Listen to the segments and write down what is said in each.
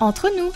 entre nous.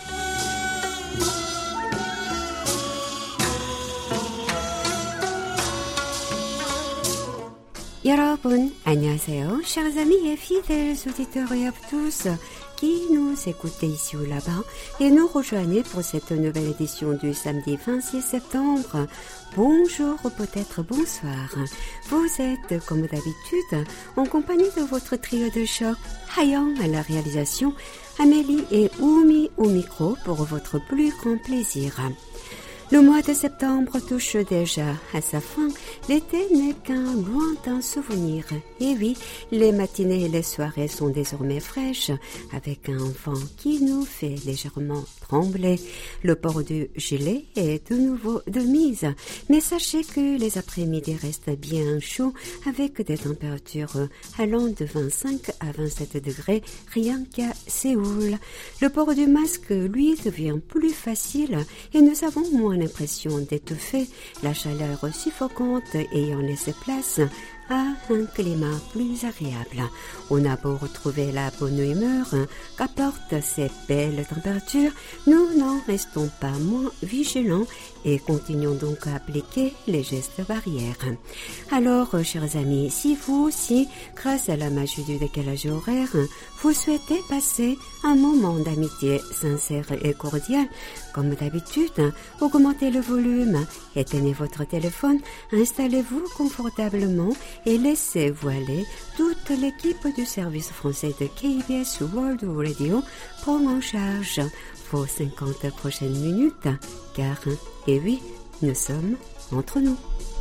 여러분, 안녕하세요. Chers amis et fidèles auditeurs et à tous qui nous écoutez ici ou là-bas et nous rejoignez pour cette nouvelle édition du samedi 26 septembre. Bonjour ou peut-être bonsoir. Vous êtes, comme d'habitude, en compagnie de votre trio de choc, Hayang à la réalisation, Amélie et Oumi au micro pour votre plus grand plaisir. Le mois de septembre touche déjà à sa fin. L'été n'est qu'un lointain souvenir. Et oui, les matinées et les soirées sont désormais fraîches, avec un vent qui nous fait légèrement trembler. Le port du gilet est de nouveau de mise. Mais sachez que les après-midi restent bien chauds, avec des températures allant de 25 à 27 degrés, rien qu'à Séoul. Le port du masque, lui, devient plus facile et nous avons moins l'impression d'étouffer, la chaleur suffocante ayant laissé place à un climat plus agréable. On a beau retrouver la bonne humeur qu'apportent ces belles températures, nous n'en restons pas moins vigilants et continuons donc à appliquer les gestes barrières. Alors, chers amis, si vous aussi, grâce à la magie du décalage horaire, vous souhaitez passer un moment d'amitié sincère et cordial, comme d'habitude, augmentez le volume, éteignez votre téléphone, installez-vous confortablement et laissez-vous aller. Toute l'équipe du service français de KBS World Radio prend en charge vos 50 prochaines minutes, car, et oui, nous sommes entre nous.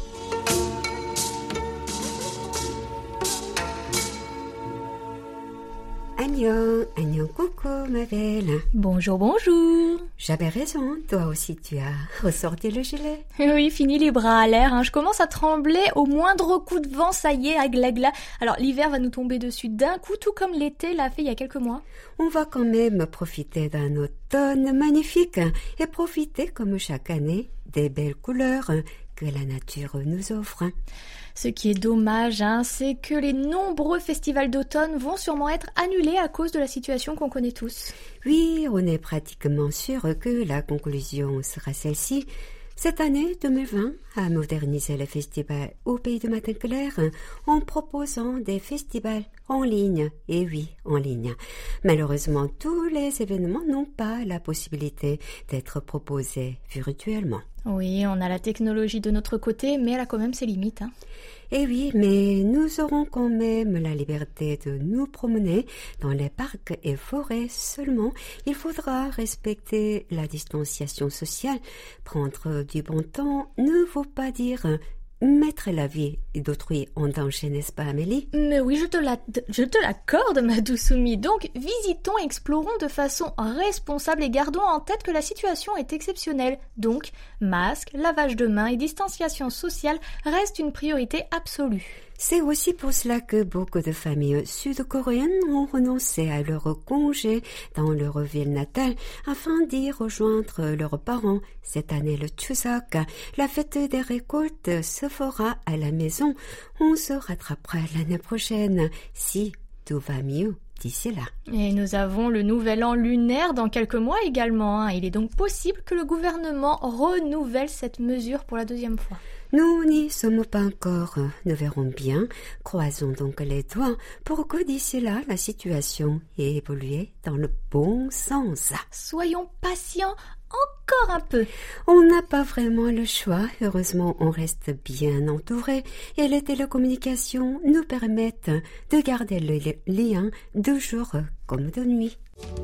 Agnon, coucou ma belle. Bonjour, bonjour. J'avais raison, toi aussi tu as ressorti le gilet. Oui, fini les bras à l'air, Je commence à trembler au moindre coup de vent, ça y est, agla. Alors l'hiver va nous tomber dessus d'un coup, tout comme l'été l'a fait il y a quelques mois. On va quand même profiter d'un automne magnifique et profiter comme chaque année des belles couleurs que la nature nous offre. Ce qui est dommage, c'est que les nombreux festivals d'automne vont sûrement être annulés à cause de la situation qu'on connaît tous. Oui, on est pratiquement sûr que la conclusion sera celle-ci. Cette année 2020 a modernisé le festival au Pays du Matin Clair en proposant des festivals en ligne. Et oui, en ligne. Malheureusement, tous les événements n'ont pas la possibilité d'être proposés virtuellement. Oui, on a la technologie de notre côté, mais elle a quand même ses limites. Et oui, mais nous aurons quand même la liberté de nous promener dans les parcs et forêts seulement. Il faudra respecter la distanciation sociale. Prendre du bon temps ne veut pas dire mettre la vie d'autrui en danger, n'est-ce pas Amélie? Mais oui, je te l'accorde, ma douce Oumi. Donc, visitons et explorons de façon responsable et gardons en tête que la situation est exceptionnelle. Donc, masque, lavage de mains et distanciation sociale restent une priorité absolue. C'est aussi pour cela que beaucoup de familles sud-coréennes ont renoncé à leur congé dans leur ville natale afin d'y rejoindre leurs parents. Cette année, le Chuseok, la fête des récoltes, se fera à la maison. On se rattrapera l'année prochaine si tout va mieux d'ici là. Et nous avons le nouvel an lunaire dans quelques mois également. Il est donc possible que le gouvernement renouvelle cette mesure pour la deuxième fois. Nous n'y sommes pas encore, nous verrons bien. Croisons donc les doigts pour que d'ici là, la situation ait évolué dans le bon sens. Soyons patients encore un peu. On n'a pas vraiment le choix. Heureusement, on reste bien entouré et les télécommunications nous permettent de garder le lien de jour comme de nuit.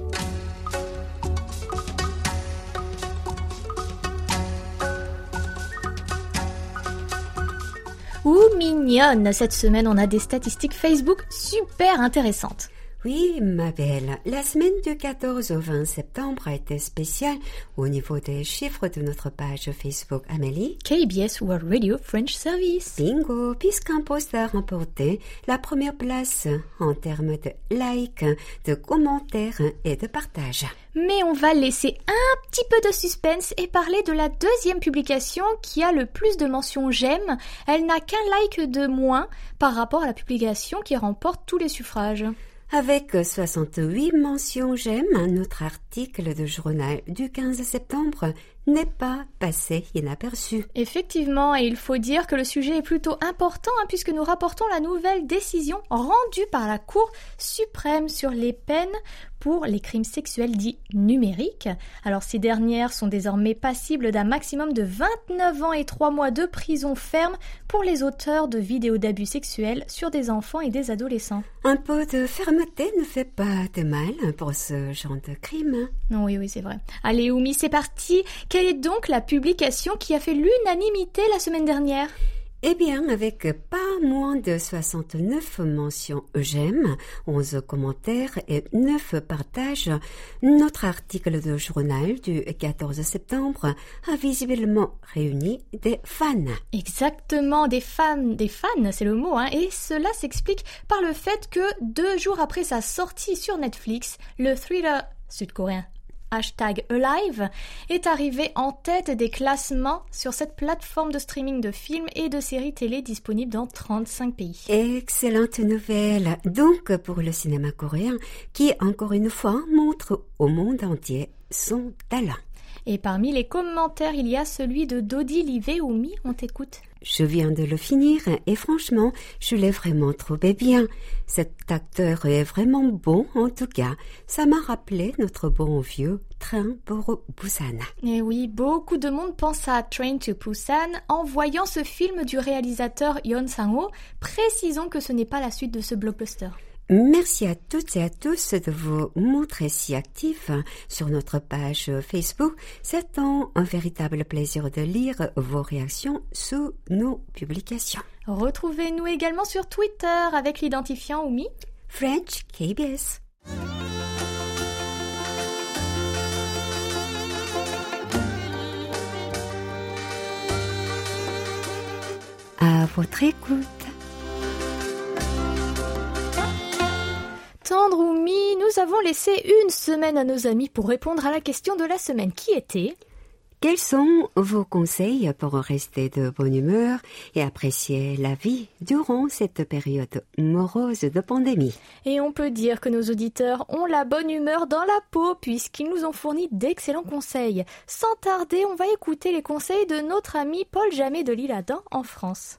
Ouh, mignonne! Cette semaine, on a des statistiques Facebook super intéressantes. Oui, ma belle, la semaine du 14 au 20 septembre a été spéciale au niveau des chiffres de notre page Facebook. Amélie? KBS World Radio French Service. Bingo, puisqu'un post a remporté la première place en termes de likes, de commentaires et de partages. Mais on va laisser un petit peu de suspense et parler de la deuxième publication qui a le plus de mentions j'aime. Elle n'a qu'un like de moins par rapport à la publication qui remporte tous les suffrages. Avec 68 mentions j'aime, notre article de journal du 15 septembre n'est pas passé inaperçu. Effectivement, et il faut dire que le sujet est plutôt important puisque nous rapportons la nouvelle décision rendue par la Cour suprême sur les peines pour les crimes sexuels dits numériques. Alors ces dernières sont désormais passibles d'un maximum de 29 ans et 3 mois de prison ferme pour les auteurs de vidéos d'abus sexuels sur des enfants et des adolescents. Un peu de fermeté ne fait pas de mal pour ce genre de crime. Oui, c'est vrai. Allez, Oumi, c'est parti. Quelle est donc la publication qui a fait l'unanimité la semaine dernière ? Eh bien, avec pas moins de 69 mentions j'aime, 11 commentaires et 9 partages, notre article de journal du 14 septembre a visiblement réuni des fans. Exactement, des fans, c'est le mot, et cela s'explique par le fait que 2 jours après sa sortie sur Netflix, le thriller sud-coréen #Alive est arrivé en tête des classements sur cette plateforme de streaming de films et de séries télé disponible dans 35 pays. Excellente nouvelle donc pour le cinéma coréen qui, encore une fois, montre au monde entier son talent. Et parmi les commentaires, il y a celui de Dodi Liveoumi, on t'écoute. Je viens de le finir et franchement, je l'ai vraiment trouvé bien. Cet acteur est vraiment bon en tout cas. Ça m'a rappelé notre bon vieux Train pour Busan. Et oui, beaucoup de monde pense à Train to Busan en voyant ce film du réalisateur Yeon Sang-ho. Précisons que ce n'est pas la suite de ce blockbuster. Merci à toutes et à tous de vous montrer si actifs sur notre page Facebook. C'est un véritable plaisir de lire vos réactions sous nos publications. Retrouvez-nous également sur Twitter avec l'identifiant Oumi French KBS. À votre écoute. Tendre Oumi, nous avons laissé une semaine à nos amis pour répondre à la question de la semaine qui était: quels sont vos conseils pour rester de bonne humeur et apprécier la vie durant cette période morose de pandémie? Et on peut dire que nos auditeurs ont la bonne humeur dans la peau puisqu'ils nous ont fourni d'excellents conseils. Sans tarder, on va écouter les conseils de notre ami Paul Jamet de l'Isle-Adam en France.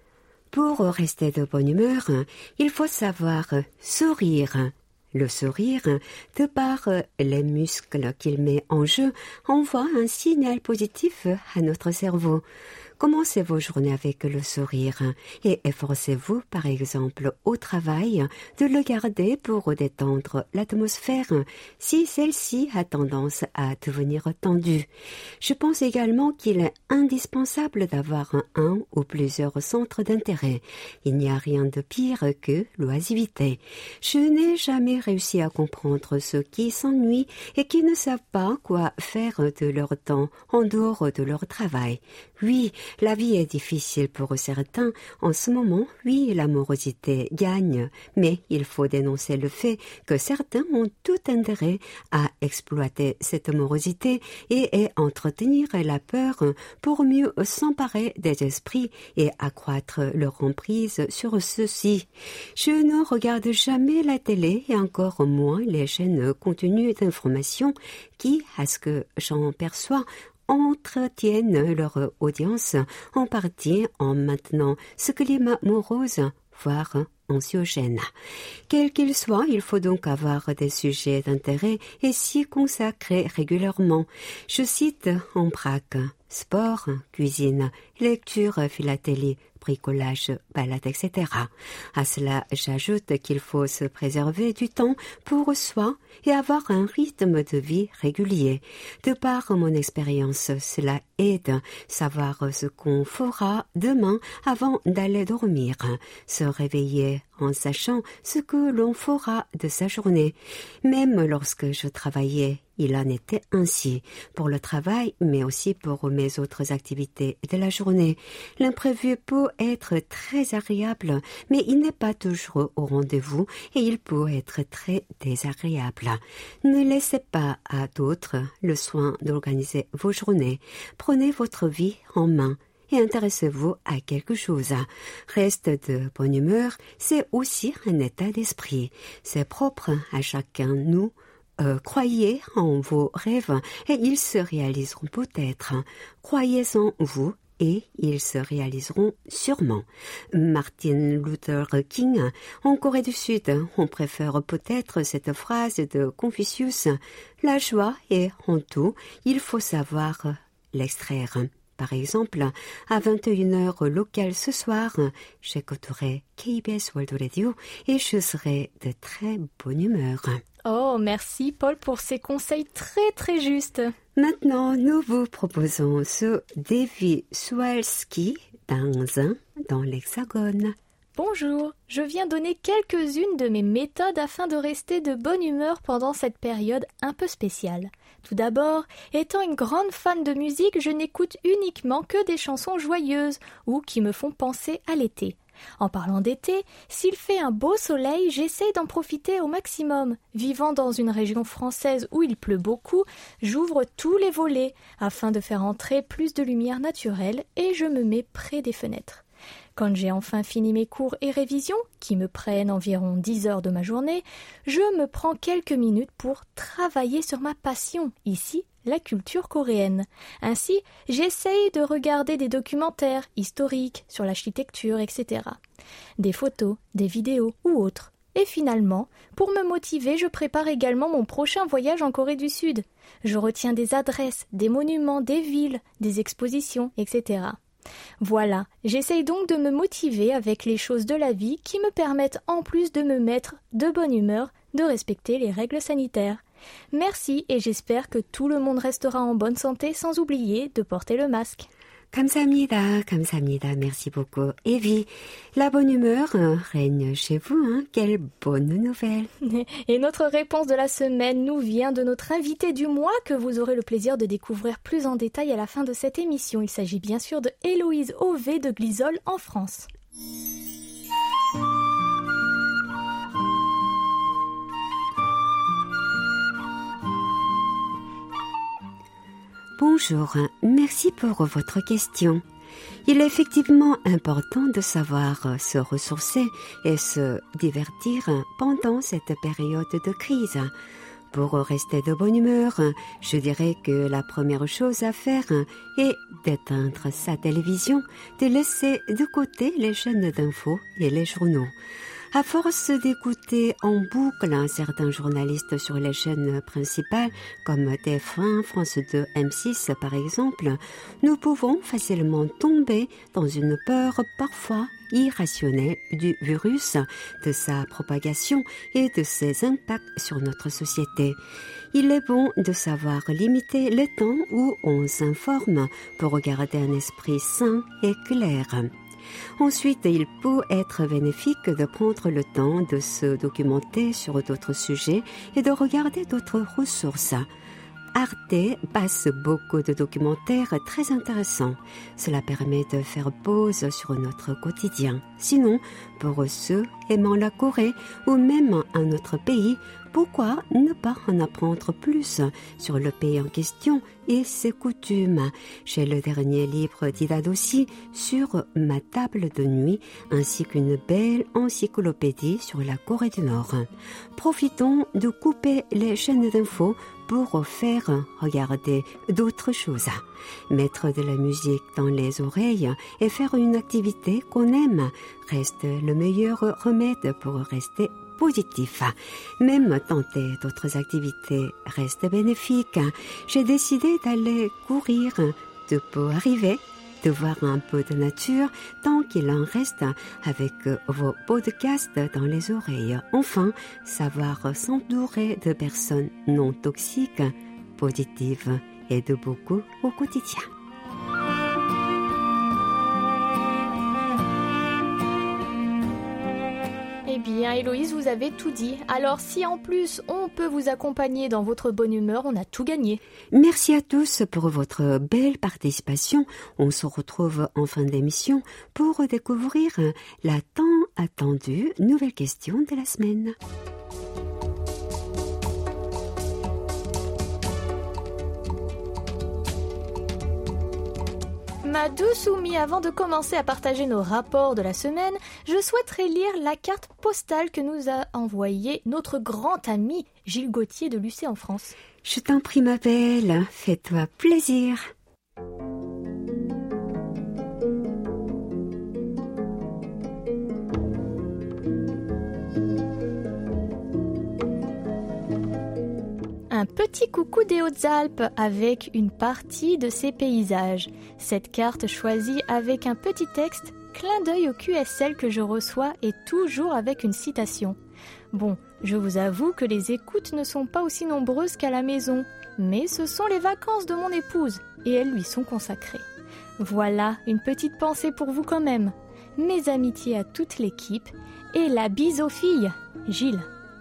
Pour rester de bonne humeur, il faut savoir sourire. Le sourire, de par les muscles qu'il met en jeu, envoie un signal positif à notre cerveau. Commencez vos journées avec le sourire et efforcez-vous, par exemple, au travail, de le garder pour détendre l'atmosphère si celle-ci a tendance à devenir tendue. Je pense également qu'il est indispensable d'avoir un ou plusieurs centres d'intérêt. Il n'y a rien de pire que l'oisiveté. Je n'ai jamais réussi à comprendre ceux qui s'ennuient et qui ne savent pas quoi faire de leur temps en dehors de leur travail. Oui, la vie est difficile pour certains. En ce moment, oui, l'amorosité gagne. Mais il faut dénoncer le fait que certains ont tout intérêt à exploiter cette morosité et à entretenir la peur pour mieux s'emparer des esprits et accroître leur emprise sur ceux-ci. Je ne regarde jamais la télé et encore moins les chaînes contenues d'informations qui, à ce que j'en perçois, entretiennent leur audience en partie en maintenant ce climat morose, voire anxiogène. Quel qu'il soit, il faut donc avoir des sujets d'intérêt et s'y consacrer régulièrement. Je cite en vrac: sport, cuisine, lecture, philatélie, bricolage, balade, etc. À cela, j'ajoute qu'il faut se préserver du temps pour soi et avoir un rythme de vie régulier. De par mon expérience, cela aide savoir ce qu'on fera demain avant d'aller dormir, se réveiller en sachant ce que l'on fera de sa journée. Même lorsque je travaillais, il en était ainsi pour le travail, mais aussi pour mes autres activités de la journée. L'imprévu peut être très agréable, mais il n'est pas toujours au rendez-vous et il peut être très désagréable. Ne laissez pas à d'autres le soin d'organiser vos journées. Prenez votre vie en main et intéressez-vous à quelque chose. Reste de bonne humeur, c'est aussi un état d'esprit. C'est propre à chacun de nous. Croyez en vos rêves et ils se réaliseront peut-être. Croyez en vous et ils se réaliseront sûrement. Martin Luther King, en Corée du Sud, on préfère peut-être cette phrase de Confucius. La joie est en tout, il faut savoir l'extraire. Par exemple, à 21h local ce soir, j'écouterai KBS World Radio et je serai de très bonne humeur. Oh, merci Paul pour ces conseils très très justes. Maintenant, nous vous proposons ce Davy Swalski dans l'Hexagone. Bonjour, je viens donner quelques-unes de mes méthodes afin de rester de bonne humeur pendant cette période un peu spéciale. Tout d'abord, étant une grande fan de musique, je n'écoute uniquement que des chansons joyeuses ou qui me font penser à l'été. En parlant d'été, s'il fait un beau soleil, j'essaie d'en profiter au maximum. Vivant dans une région française où il pleut beaucoup, j'ouvre tous les volets afin de faire entrer plus de lumière naturelle et je me mets près des fenêtres. Quand j'ai enfin fini mes cours et révisions, qui me prennent environ 10 heures de ma journée, je me prends quelques minutes pour travailler sur ma passion, ici, la culture coréenne. Ainsi, j'essaye de regarder des documentaires historiques sur l'architecture, etc. Des photos, des vidéos ou autres. Et finalement, pour me motiver, je prépare également mon prochain voyage en Corée du Sud. Je retiens des adresses, des monuments, des villes, des expositions, etc. Voilà, j'essaye donc de me motiver avec les choses de la vie qui me permettent en plus de me mettre de bonne humeur, de respecter les règles sanitaires. Merci et j'espère que tout le monde restera en bonne santé sans oublier de porter le masque. 감사합니다. Merci beaucoup. Evie, la bonne humeur règne chez vous, hein? Quelle bonne nouvelle. Et notre réponse de la semaine nous vient de notre invité du mois que vous aurez le plaisir de découvrir plus en détail à la fin de cette émission. Il s'agit bien sûr de Héloïse Auvet de Glisol en France. Bonjour, merci pour votre question. Il est effectivement important de savoir se ressourcer et se divertir pendant cette période de crise. Pour rester de bonne humeur, je dirais que la première chose à faire est d'éteindre sa télévision, de laisser de côté les chaînes d'infos et les journaux. À force d'écouter en boucle certains journalistes sur les chaînes principales, comme TF1, France 2, M6 par exemple, nous pouvons facilement tomber dans une peur parfois irrationnelle du virus, de sa propagation et de ses impacts sur notre société. Il est bon de savoir limiter le temps où on s'informe pour garder un esprit sain et clair. Ensuite, il peut être bénéfique de prendre le temps de se documenter sur d'autres sujets et de regarder d'autres ressources. Arte passe beaucoup de documentaires très intéressants. Cela permet de faire pause sur notre quotidien. Sinon, pour ceux aimant la Corée ou même un autre pays, pourquoi ne pas en apprendre plus sur le pays en question et ses coutumes? J'ai le dernier livre d'Ida Dossi sur ma table de nuit ainsi qu'une belle encyclopédie sur la Corée du Nord. Profitons de couper les chaînes d'infos pour faire regarder d'autres choses. Mettre de la musique dans les oreilles et faire une activité qu'on aime reste le meilleur remède pour rester positif. Même tenter d'autres activités reste bénéfique. J'ai décidé d'aller courir. Tout peut arriver. De voir un peu de nature tant qu'il en reste avec vos podcasts dans les oreilles. Enfin, savoir s'entourer de personnes non toxiques, positives et de beaucoup au quotidien. Eh bien, Héloïse, vous avez tout dit. Alors, si en plus on peut vous accompagner dans votre bonne humeur, on a tout gagné. Merci à tous pour votre belle participation. On se retrouve en fin d'émission pour découvrir la tant attendue nouvelle question de la semaine. Ma douce Oumi, avant de commencer à partager nos rapports de la semaine, je souhaiterais lire la carte postale que nous a envoyée notre grand ami Gilles Gauthier de Lucé en France. Je t'en prie, ma belle, fais-toi plaisir. Un petit coucou des Hautes-Alpes avec une partie de ses paysages. Cette carte choisie avec un petit texte, clin d'œil au QSL que je reçois et toujours avec une citation. Bon, je vous avoue que les écoutes ne sont pas aussi nombreuses qu'à la maison, mais ce sont les vacances de mon épouse et elles lui sont consacrées. Voilà une petite pensée pour vous quand même. Mes amitiés à toute l'équipe et la bise aux filles, Gilles.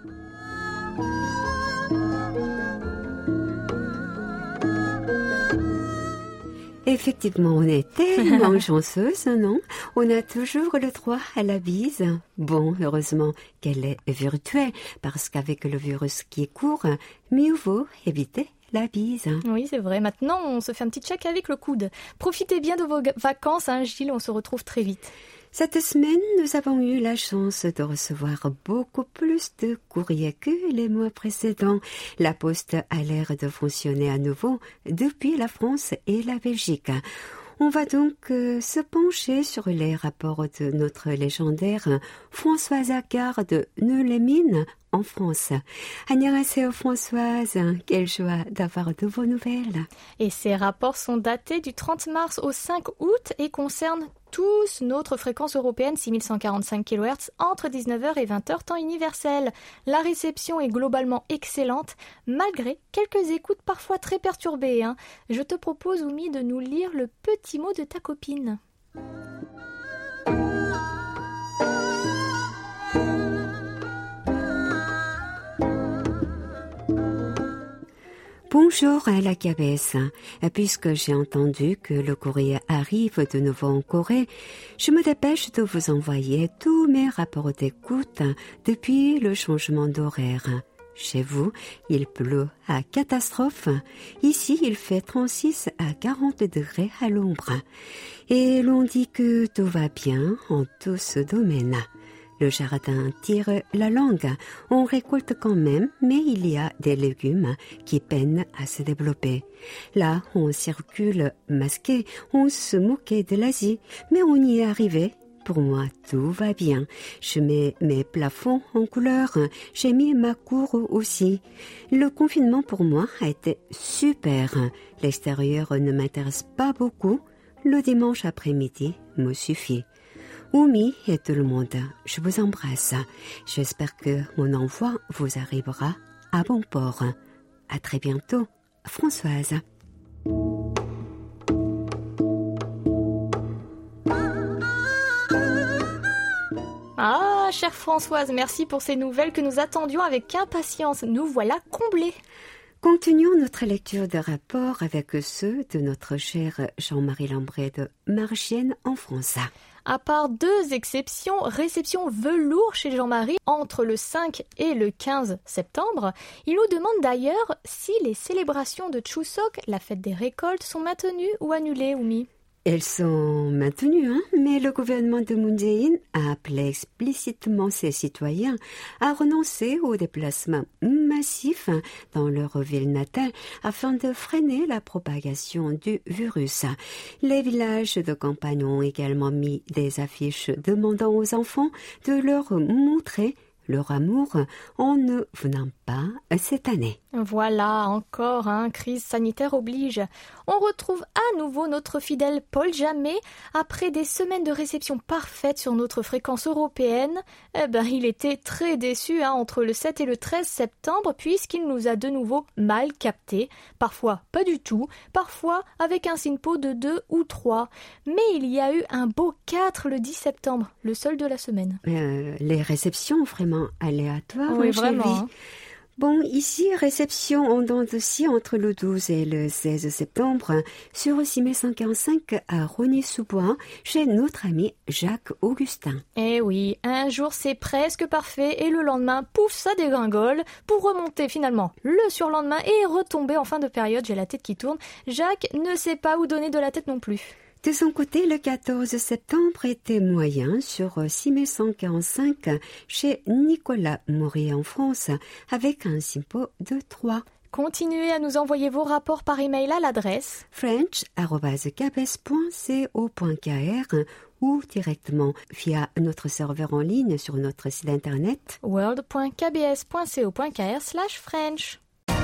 Effectivement, on est tellement chanceuse, non? On a toujours le droit à la bise. Bon, heureusement qu'elle est virtuelle, parce qu'avec le virus qui court, mieux vaut éviter la bise. Oui, c'est vrai. Maintenant, on se fait un petit check avec le coude. Profitez bien de vos vacances, hein, Gilles, on se retrouve très vite. Cette semaine, nous avons eu la chance de recevoir beaucoup plus de courriers que les mois précédents. La poste a l'air de fonctionner à nouveau depuis la France et la Belgique. On va donc se pencher sur les rapports de notre légendaire Françoise Accard de Neulémine en France. Annyeonghaseyo Françoise, quelle joie d'avoir de vos nouvelles. Et ces rapports sont datés du 30 mars au 5 août et concernent tous notre fréquence européenne 6145 kHz entre 19h et 20h temps universel. La réception est globalement excellente, malgré quelques écoutes parfois très perturbées. Je te propose, Oumi, de nous lire le petit mot de ta copine. Bonjour à la cabesse. Puisque j'ai entendu que le courrier arrive de nouveau en Corée, je me dépêche de vous envoyer tous mes rapports d'écoute depuis le changement d'horaire. Chez vous, il pleut à catastrophe. Ici, il fait 36 à 40 degrés à l'ombre. Et l'on dit que tout va bien en tout ce domaine. Le jardin tire la langue. On récolte quand même, mais il y a des légumes qui peinent à se développer. Là, on circule masqué, on se moquait de l'Asie, mais on y est arrivé. Pour moi, tout va bien. Je mets mes plafonds en couleur. J'ai mis ma cour aussi. Le confinement pour moi a été super. L'extérieur ne m'intéresse pas beaucoup. Le dimanche après-midi me suffit. Oumi et tout le monde, je vous embrasse. J'espère que mon envoi vous arrivera à bon port. À très bientôt, Françoise. Ah, chère Françoise, merci pour ces nouvelles que nous attendions avec impatience. Nous voilà comblés. Continuons notre lecture de rapports avec ceux de notre cher Jean-Marie Lambret de Marchienne en France. À part deux exceptions, réception velours chez Jean-Marie entre le 5 et le 15 septembre, il nous demande d'ailleurs si les célébrations de Chuseok, la fête des récoltes, sont maintenues ou annulées, Oumi. Elles sont maintenues, mais le gouvernement de Moon Jae-in a appelé explicitement ses citoyens à renoncer aux déplacements massifs dans leur ville natale afin de freiner la propagation du virus. Les villages de campagne ont également mis des affiches demandant aux enfants de leur montrer leur amour en ne venant pas cette année. Voilà, encore, crise sanitaire oblige. On retrouve à nouveau notre fidèle Paul Jamet. Après des semaines de réception parfaite sur notre fréquence européenne, il était très déçu entre le 7 et le 13 septembre puisqu'il nous a de nouveau mal capté. Parfois pas du tout, parfois avec un SINPO de 2 ou 3. Mais il y a eu un beau 4 le 10 septembre, le seul de la semaine. Les réceptions vraiment aléatoires. Oui, vraiment. Bon, ici, réception en dents de scie entre le 12 et le 16 septembre sur 6145 à Rosny-sous-Bois chez notre ami Jacques Augustin. Eh oui, un jour c'est presque parfait et le lendemain, pouf, ça dégringole pour remonter finalement le surlendemain et retomber en fin de période. J'ai la tête qui tourne. Jacques ne sait pas où donner de la tête non plus. De son côté, le 14 septembre était moyen sur 6145 chez Nicolas Maury en France, avec un SINPO de 3. Continuez à nous envoyer vos rapports par email à l'adresse french@kbs.co.kr ou directement via notre serveur en ligne sur notre site internet world.kbs.co.kr/French.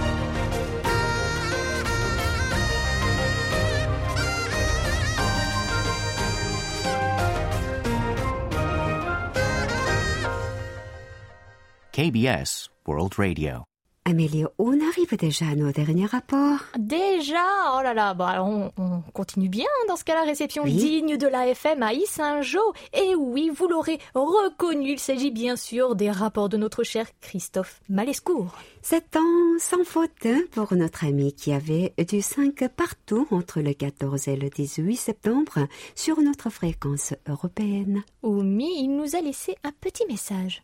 KBS World Radio. Amélie, on arrive déjà à nos derniers rapports. Déjà? Oh là là, on continue bien dans ce cas-là, réception digne de l'AFM à Yssingeaux. Et oui, vous l'aurez reconnu, il s'agit bien sûr des rapports de notre cher Christophe Malescourt. 7 ans sans faute pour notre ami qui avait du 5 partout entre le 14 et le 18 septembre sur notre fréquence européenne. Oumi, il nous a laissé un petit message.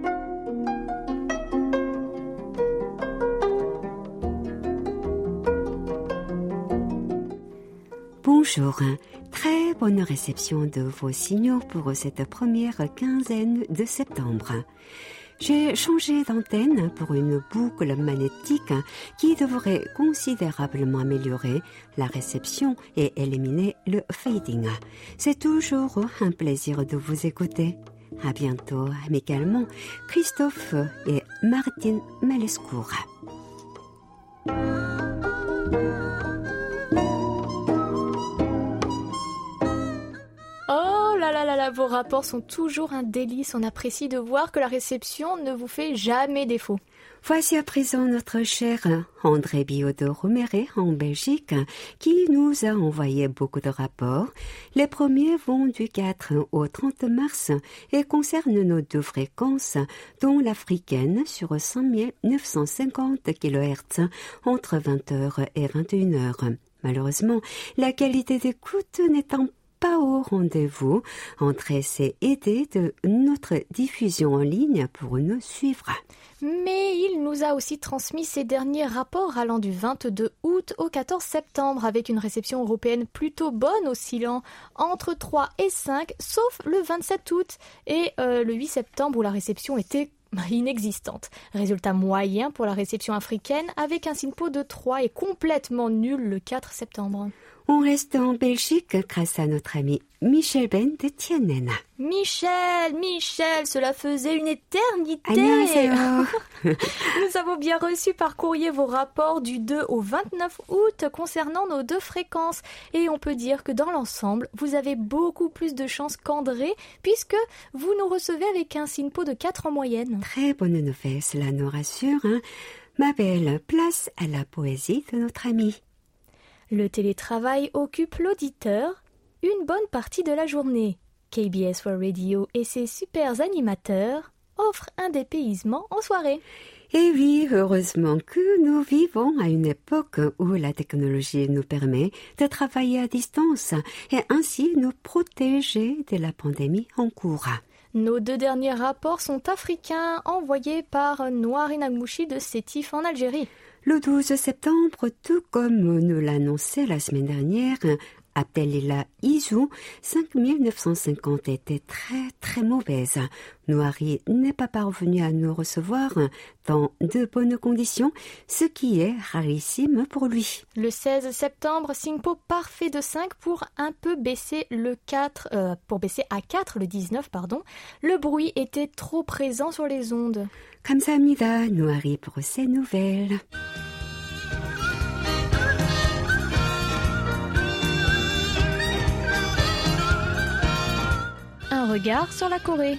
Bonjour, très bonne réception de vos signaux pour cette première quinzaine de septembre. J'ai changé d'antenne pour une boucle magnétique qui devrait considérablement améliorer la réception et éliminer le fading. C'est toujours un plaisir de vous écouter. À bientôt, amicalement, Christophe et Martine Malescourt. Vos rapports sont toujours un délice. On apprécie de voir que la réception ne vous fait jamais défaut. Voici à présent notre cher André Biot de Roméré en Belgique qui nous a envoyé beaucoup de rapports. Les premiers vont du 4 au 30 mars et concernent nos 2 fréquences, dont l'africaine sur 5950 kHz entre 20h et 21h. Malheureusement, la qualité d'écoute n'étant pas au rendez-vous, André s'est aidé de notre diffusion en ligne pour nous suivre. Mais il nous a aussi transmis ses derniers rapports allant du 22 août au 14 septembre avec une réception européenne plutôt bonne, oscillant entre 3 et 5, sauf le 27 août et le 8 septembre où la réception était inexistante. Résultat moyen pour la réception africaine avec un SINPO de 3 et complètement nul le 4 septembre. On reste en Belgique grâce à notre ami Michel Ben de Tienen. Michel, cela faisait une éternité. Nous avons bien reçu par courrier vos rapports du 2 au 29 août concernant nos 2 fréquences. Et on peut dire que dans l'ensemble, vous avez beaucoup plus de chance qu'André puisque vous nous recevez avec un SINPO de 4 en moyenne. Très bonne nouvelle, cela nous rassure. Ma belle, place à la poésie de notre ami. Le télétravail occupe l'auditeur une bonne partie de la journée. KBS World Radio et ses super animateurs offrent un dépaysement en soirée. Et oui, heureusement que nous vivons à une époque où la technologie nous permet de travailler à distance et ainsi nous protéger de la pandémie en cours. Nos 2 derniers rapports sont africains, envoyés par Noari Nagmouchi de Sétif en Algérie. Le 12 septembre, tout comme nous l'annonçait la semaine dernière, Abdelila Izou, 5950 était très mauvaise. Noari n'est pas parvenu à nous recevoir dans de bonnes conditions, ce qui est rarissime pour lui. Le 16 septembre, SINPO parfait de 5 pour un peu baisser pour baisser à 4 le 19, Le bruit était trop présent sur les ondes. 감사합니다, Noari, pour ces nouvelles. Un regard sur la Corée.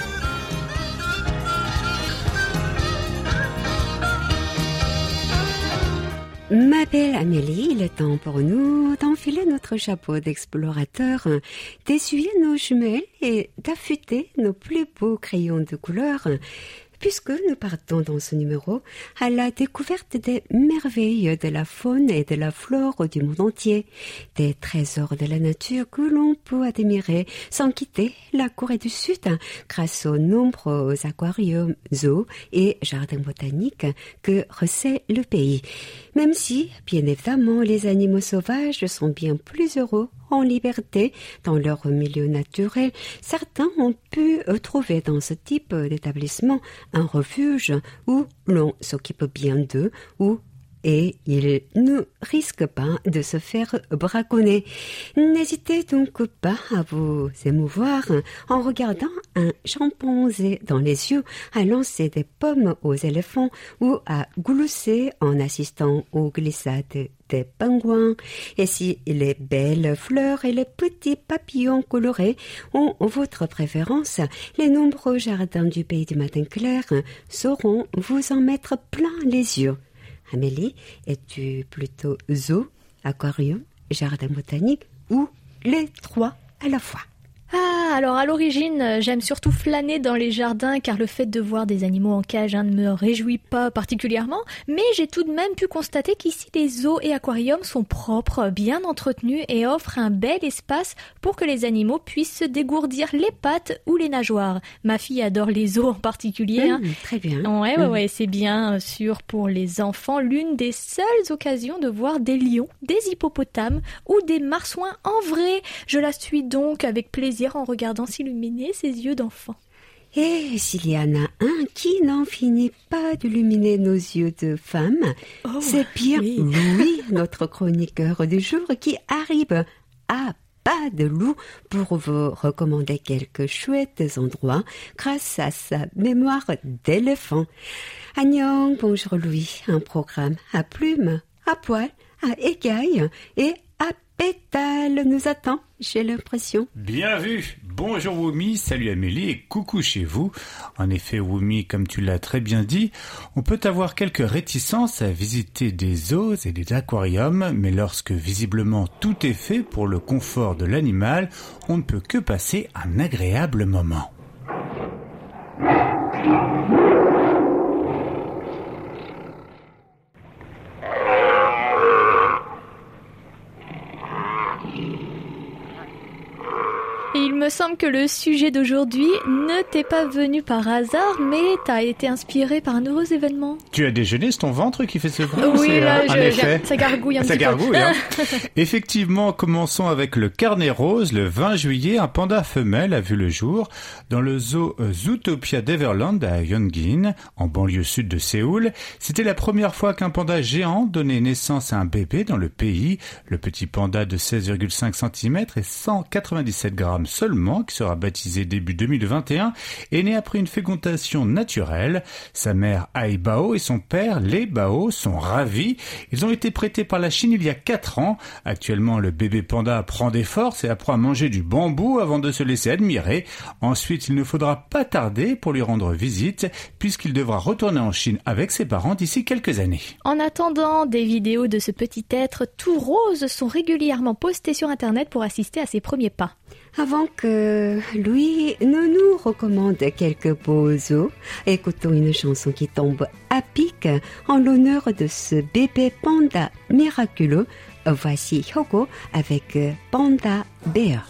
Ma belle Amélie, il est temps pour nous d'enfiler notre chapeau d'explorateur, d'essuyer nos jumelles et d'affûter nos plus beaux crayons de couleur, puisque nous partons dans ce numéro à la découverte des merveilles de la faune et de la flore du monde entier, des trésors de la nature que l'on peut admirer sans quitter la Corée du Sud grâce aux nombreux aquariums, zoos et jardins botaniques que recèle le pays. Même si, bien évidemment, les animaux sauvages sont bien plus heureux en liberté dans leur milieu naturel. Certains ont pu trouver dans ce type d'établissement un refuge où l'on s'occupe bien d'eux, et ils ne risquent pas de se faire braconner. N'hésitez donc pas à vous émouvoir en regardant un chimpanzé dans les yeux, à lancer des pommes aux éléphants ou à glousser en assistant aux glissades des pingouins. Et si les belles fleurs et les petits papillons colorés ont votre préférence, les nombreux jardins du pays du matin clair sauront vous en mettre plein les yeux. Amélie, es-tu plutôt zoo, aquarium, jardin botanique ou les trois à la fois? Alors à l'origine, j'aime surtout flâner dans les jardins car le fait de voir des animaux en cage ne me réjouit pas particulièrement, mais j'ai tout de même pu constater qu'ici les zoos et aquariums sont propres, bien entretenus et offrent un bel espace pour que les animaux puissent se dégourdir les pattes ou les nageoires. Ma fille adore les zoos en particulier. Très bien. Ouais, c'est bien sûr pour les enfants l'une des seules occasions de voir des lions, des hippopotames ou des marsouins en vrai. Je la suis donc avec plaisir en regardant s'illuminer ses yeux d'enfant. Et s'il y en a un qui n'en finit pas d'illuminer nos yeux de femme, c'est bien Louis, notre chroniqueur du jour, qui arrive à pas de loup pour vous recommander quelques chouettes endroits grâce à sa mémoire d'éléphant. Annyeong, bonjour Louis, un programme à plumes, à poil, à écailles et à pétales nous attend, j'ai l'impression. Bien vu. Bonjour Wumi, salut Amélie et coucou chez vous. En effet Wumi, comme tu l'as très bien dit, on peut avoir quelques réticences à visiter des zoos et des aquariums, mais lorsque visiblement tout est fait pour le confort de l'animal, on ne peut que passer un agréable moment. Et il me semble que le sujet d'aujourd'hui ne t'est pas venu par hasard, mais t'as été inspiré par un heureux événement. Tu as déjeuné, c'est ton ventre qui fait ce bruit? Oui, là, ça gargouille un petit peu. Ça gargouille, hein. Effectivement, commençons avec le carnet rose. Le 20 juillet, un panda femelle a vu le jour dans le zoo Zootopia d'Everland à Yongin, en banlieue sud de Séoul. C'était la première fois qu'un panda géant donnait naissance à un bébé dans le pays. Le petit panda de 16,5 cm et 197 grammes seulement, qui sera baptisé début 2021, est né après une fécondation naturelle. Sa mère Ai Bao et son père Lei Bao sont ravis. Ils ont été prêtés par la Chine il y a 4 ans. Actuellement, le bébé panda prend des forces et apprend à manger du bambou avant de se laisser admirer. Ensuite, il ne faudra pas tarder pour lui rendre visite, puisqu'il devra retourner en Chine avec ses parents d'ici quelques années. En attendant, des vidéos de ce petit être tout rose sont régulièrement postées sur Internet pour assister à ses premiers pas. Avant que Louis ne nous recommande quelques beaux os, écoutons une chanson qui tombe à pic en l'honneur de ce bébé panda miraculeux. Voici Hyogo avec Panda Bear.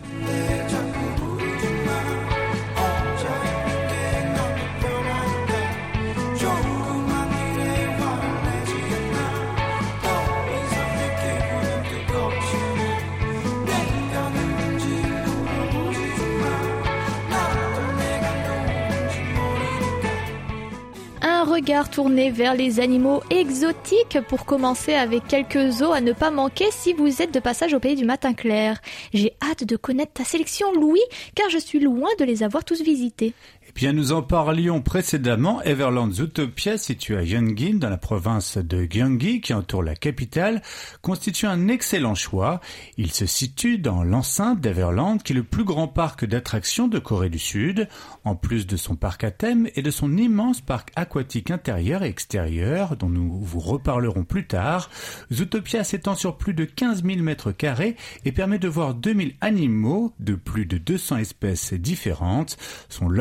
Regard tourné vers les animaux exotiques pour commencer avec quelques zoos à ne pas manquer si vous êtes de passage au pays du matin clair. J'ai hâte de connaître ta sélection, Louis, car je suis loin de les avoir tous visités. Eh bien, nous en parlions précédemment. Everland Zootopia, situé à Yongin, dans la province de Gyeonggi, qui entoure la capitale, constitue un excellent choix. Il se situe dans l'enceinte d'Everland, qui est le plus grand parc d'attractions de Corée du Sud. En plus de son parc à thème et de son immense parc aquatique intérieur et extérieur, dont nous vous reparlerons plus tard, Zootopia s'étend sur plus de 15 000 mètres carrés et permet de voir 2000 animaux de plus de 200 espèces différentes. Son Lost Valley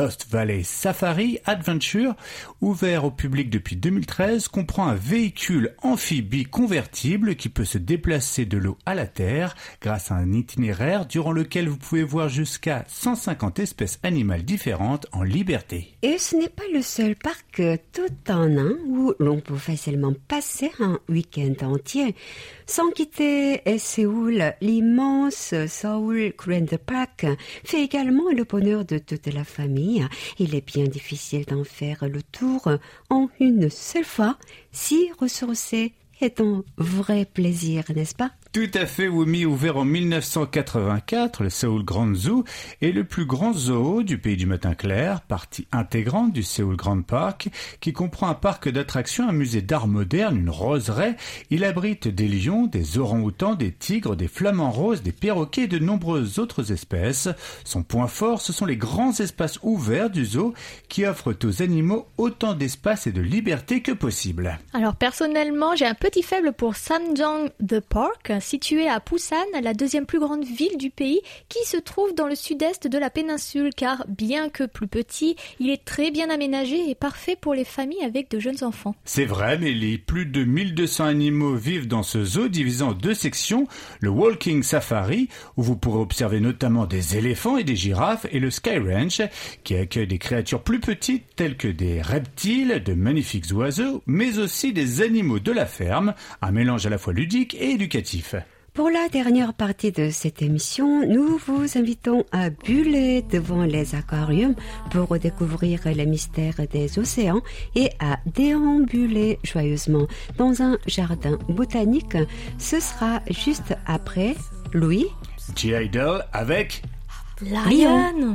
Valley Safari Adventure, ouvert au public depuis 2013, comprend un véhicule amphibie convertible qui peut se déplacer de l'eau à la terre grâce à un itinéraire durant lequel vous pouvez voir jusqu'à 150 espèces animales différentes en liberté. Et ce n'est pas le seul parc tout en un où l'on peut facilement passer un week-end entier. Sans quitter Séoul, l'immense Seoul Grand Park fait également le bonheur de toute la famille. Il est bien difficile d'en faire le tour en une seule fois. Si ressourcer est un vrai plaisir, n'est-ce pas? Tout à fait, Wumi, ouvert en 1984, le Seoul Grand Zoo est le plus grand zoo du pays du matin clair, partie intégrante du Seoul Grand Park, qui comprend un parc d'attractions, un musée d'art moderne, une roseraie. Il abrite des lions, des orang-outans, des tigres, des flamants roses, des perroquets et de nombreuses autres espèces. Son point fort, ce sont les grands espaces ouverts du zoo qui offrent aux animaux autant d'espace et de liberté que possible. Alors personnellement, j'ai un petit faible pour Samjang The Park, situé à Busan, la deuxième plus grande ville du pays, qui se trouve dans le sud-est de la péninsule, car bien que plus petit, il est très bien aménagé et parfait pour les familles avec de jeunes enfants. C'est vrai, Mélie, plus de 1200 animaux vivent dans ce zoo divisé en deux sections, le Walking Safari, où vous pourrez observer notamment des éléphants et des girafes, et le Sky Ranch, qui accueille des créatures plus petites telles que des reptiles, de magnifiques oiseaux, mais aussi des animaux de la ferme, un mélange à la fois ludique et éducatif. Pour la dernière partie de cette émission, nous vous invitons à buller devant les aquariums pour découvrir les mystères des océans et à déambuler joyeusement dans un jardin botanique. Ce sera juste après Louis G-Idol avec Lion.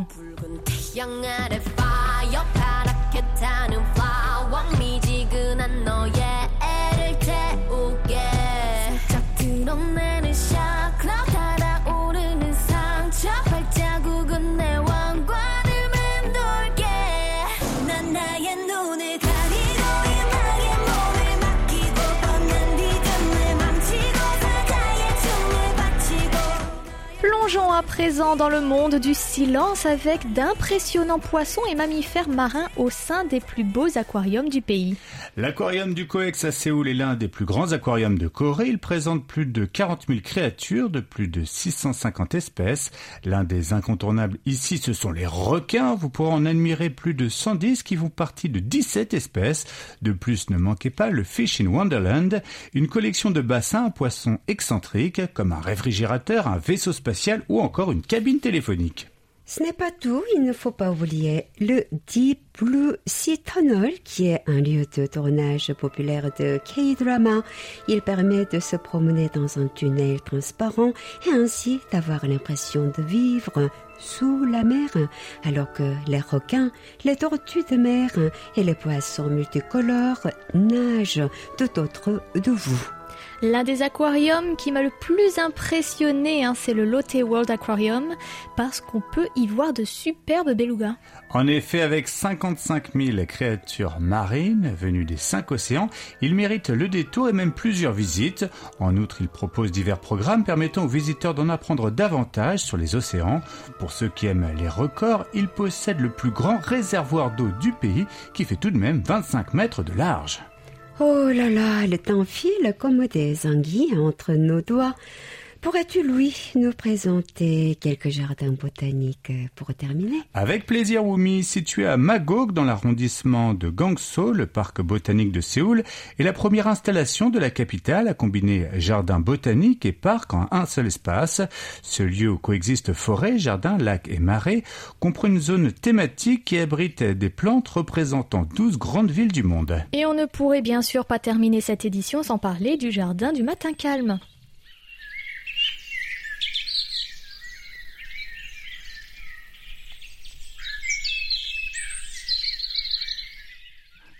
Plongeons à présent dans le monde du silence avec d'impressionnants poissons et mammifères marins au sein des plus beaux aquariums du pays. L'aquarium du COEX à Séoul est l'un des plus grands aquariums de Corée. Il présente plus de 40 000 créatures de plus de 650 espèces. L'un des incontournables ici, ce sont les requins. Vous pourrez en admirer plus de 110 qui font partie de 17 espèces. De plus, ne manquez pas le Fish in Wonderland, une collection de bassins à poissons excentriques comme un réfrigérateur, un vaisseau spatial ou encore une cabine téléphonique. Ce n'est pas tout, il ne faut pas oublier le Deep Blue Sea Tunnel qui est un lieu de tournage populaire de K-drama. Il permet de se promener dans un tunnel transparent et ainsi d'avoir l'impression de vivre sous la mer, alors que les requins, les tortues de mer et les poissons multicolores nagent tout autour de vous. L'un des aquariums qui m'a le plus impressionné, c'est le Lotte World Aquarium, parce qu'on peut y voir de superbes belugas. En effet, avec 55 000 créatures marines venues des 5 océans, il mérite le détour et même plusieurs visites. En outre, il propose divers programmes permettant aux visiteurs d'en apprendre davantage sur les océans. Pour ceux qui aiment les records, il possède le plus grand réservoir d'eau du pays qui fait tout de même 25 mètres de large. Oh là là, le temps file comme des anguilles entre nos doigts. Pourrais-tu, Louis, nous présenter quelques jardins botaniques pour terminer? Avec plaisir, Wumi. Situé à Magog, dans l'arrondissement de Gangso, le parc botanique de Séoul est la première installation de la capitale à combiner jardin botanique et parc en un seul espace. Ce lieu où coexistent forêt, jardin, lac et marais comprend une zone thématique qui abrite des plantes représentant 12 grandes villes du monde. Et on ne pourrait bien sûr pas terminer cette édition sans parler du jardin du matin calme.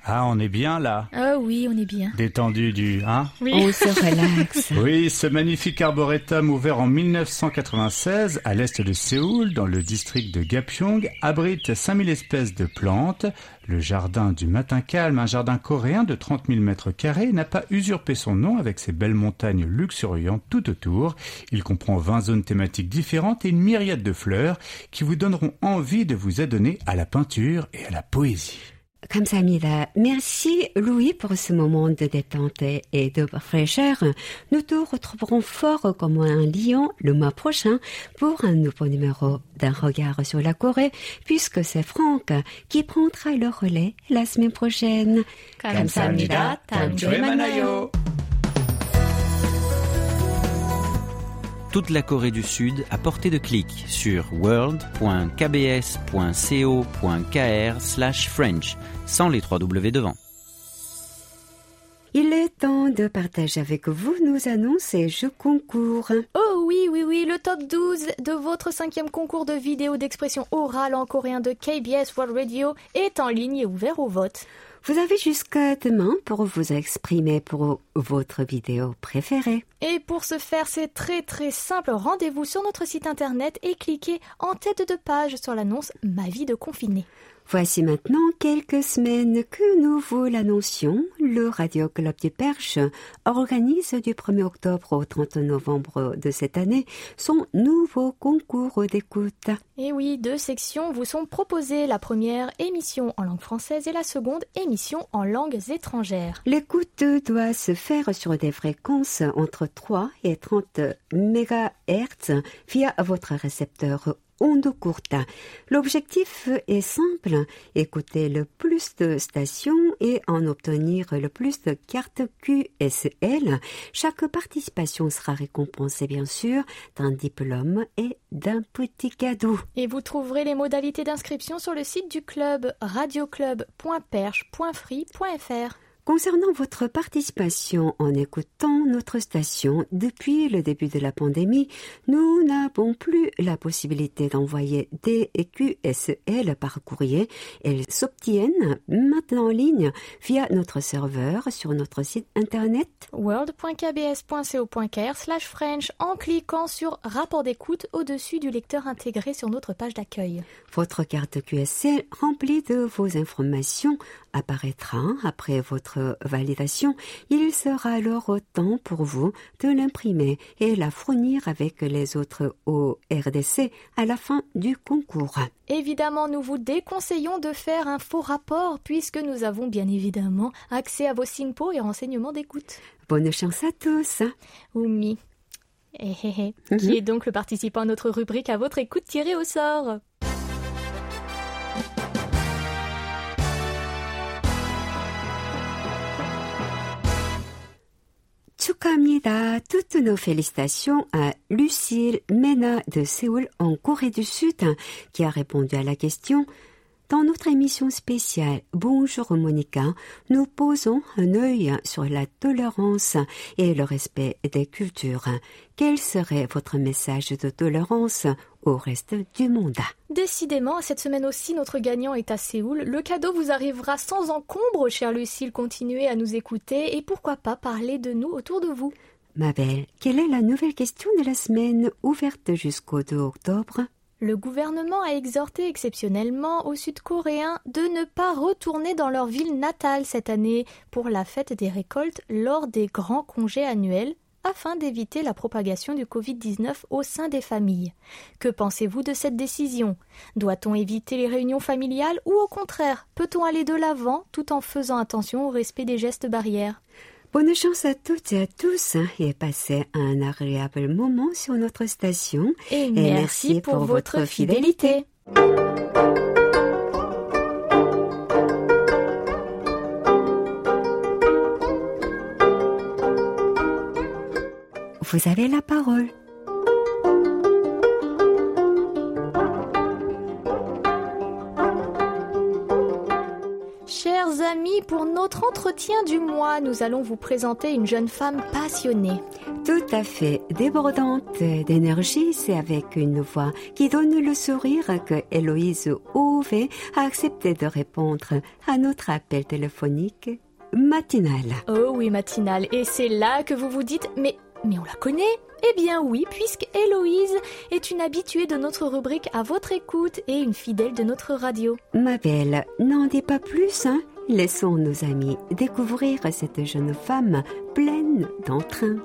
Ah, on est bien là. Ah oui, on est bien. Détendu hein? Oui. On se relaxe. Oui, ce magnifique arboretum ouvert en 1996 à l'est de Séoul, dans le district de Gapyeong, abrite 5000 espèces de plantes. Le jardin du matin calme, un jardin coréen de 30 000 mètres carrés, n'a pas usurpé son nom avec ses belles montagnes luxuriantes tout autour. Il comprend 20 zones thématiques différentes et une myriade de fleurs qui vous donneront envie de vous adonner à la peinture et à la poésie. 감사합니다. Merci Louis pour ce moment de détente et de fraîcheur. Nous te retrouverons fort comme un lion le mois prochain pour un nouveau numéro d'un regard sur la Corée, puisque c'est Franck qui prendra le relais la semaine prochaine. 감사합니다. 다음 주에 만나요. Toute la Corée du Sud à portée de clic sur world.kbs.co.kr/French, sans les 3 W devant. Il est temps de partager avec vous nos annonces et jeux concours. Oh oui, le top 12 de votre 5e concours de vidéo d'expression orale en coréen de KBS World Radio est en ligne et ouvert au vote. Vous avez jusqu'à demain pour vous exprimer pour votre vidéo préférée. Et pour ce faire, c'est très simple. Rendez-vous sur notre site internet et cliquez en tête de page sur l'annonce « Ma vie de confiné ». Voici maintenant quelques semaines que nous vous l'annoncions. Le Radio Club du Perche organise du 1er octobre au 30 novembre de cette année son nouveau concours d'écoute. Et oui, 2 sections vous sont proposées. La première, émission en langue française, et la seconde, émission en langues étrangères. L'écoute doit se faire sur des fréquences entre 3 et 30 MHz via votre récepteur onde courte. L'objectif est simple, écouter le plus de stations et en obtenir le plus de cartes QSL. Chaque participation sera récompensée bien sûr d'un diplôme et d'un petit cadeau. Et vous trouverez les modalités d'inscription sur le site du club radioclub.perche.free.fr. Concernant votre participation en écoutant notre station, depuis le début de la pandémie, nous n'avons plus la possibilité d'envoyer des QSL par courrier. Elles s'obtiennent maintenant en ligne via notre serveur sur notre site internet world.kbs.co.kr/French en cliquant sur rapport d'écoute au-dessus du lecteur intégré sur notre page d'accueil. Votre carte QSL remplie de vos informations apparaîtra après votre validation. Il sera alors temps pour vous de l'imprimer et la fournir avec les autres au RDC à la fin du concours. Évidemment, nous vous déconseillons de faire un faux rapport puisque nous avons bien évidemment accès à vos SINPO et renseignements d'écoute. Bonne chance à tous. Oumi, qui est donc le participant à notre rubrique à votre écoute tirée au sort. 축하합니다. Toutes nos félicitations à Lucille Mena de Séoul en Corée du Sud qui a répondu à la question. Dans notre émission spéciale Bonjour Monica, nous posons un œil sur la tolérance et le respect des cultures. Quel serait votre message de tolérance au reste du monde? Décidément, cette semaine aussi, notre gagnant est à Séoul. Le cadeau vous arrivera sans encombre, chère Lucille. Continuez à nous écouter et pourquoi pas parler de nous autour de vous. Ma belle, quelle est la nouvelle question de la semaine ouverte jusqu'au 2 octobre? Le gouvernement a exhorté exceptionnellement aux Sud-Coréens de ne pas retourner dans leur ville natale cette année pour la fête des récoltes lors des grands congés annuels afin d'éviter la propagation du Covid-19 au sein des familles. Que pensez-vous de cette décision? Doit-on éviter les réunions familiales ou au contraire, peut-on aller de l'avant tout en faisant attention au respect des gestes barrières? Bonne chance à toutes et à tous et passez un agréable moment sur notre station. Et merci pour votre fidélité. Vous avez la parole. Chers amis, pour notre entretien du mois, nous allons vous présenter une jeune femme passionnée. Tout à fait débordante d'énergie, c'est avec une voix qui donne le sourire que Héloïse Houvet a accepté de répondre à notre appel téléphonique matinal. Oh oui, matinal. Et c'est là que vous vous dites, mais on la connaît ? Eh bien oui, puisque Héloïse est une habituée de notre rubrique À votre écoute et une fidèle de notre radio. Ma belle, n'en dis pas plus, hein ? Laissons nos amis découvrir cette jeune femme pleine d'entrain.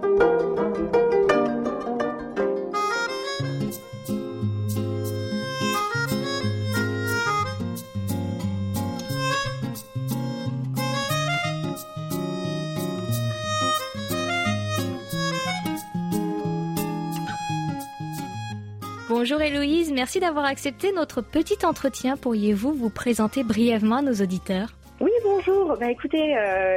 Bonjour Héloïse, merci d'avoir accepté notre petit entretien. Pourriez-vous vous présenter brièvement à nos auditeurs ? Oui, bonjour. Écoutez,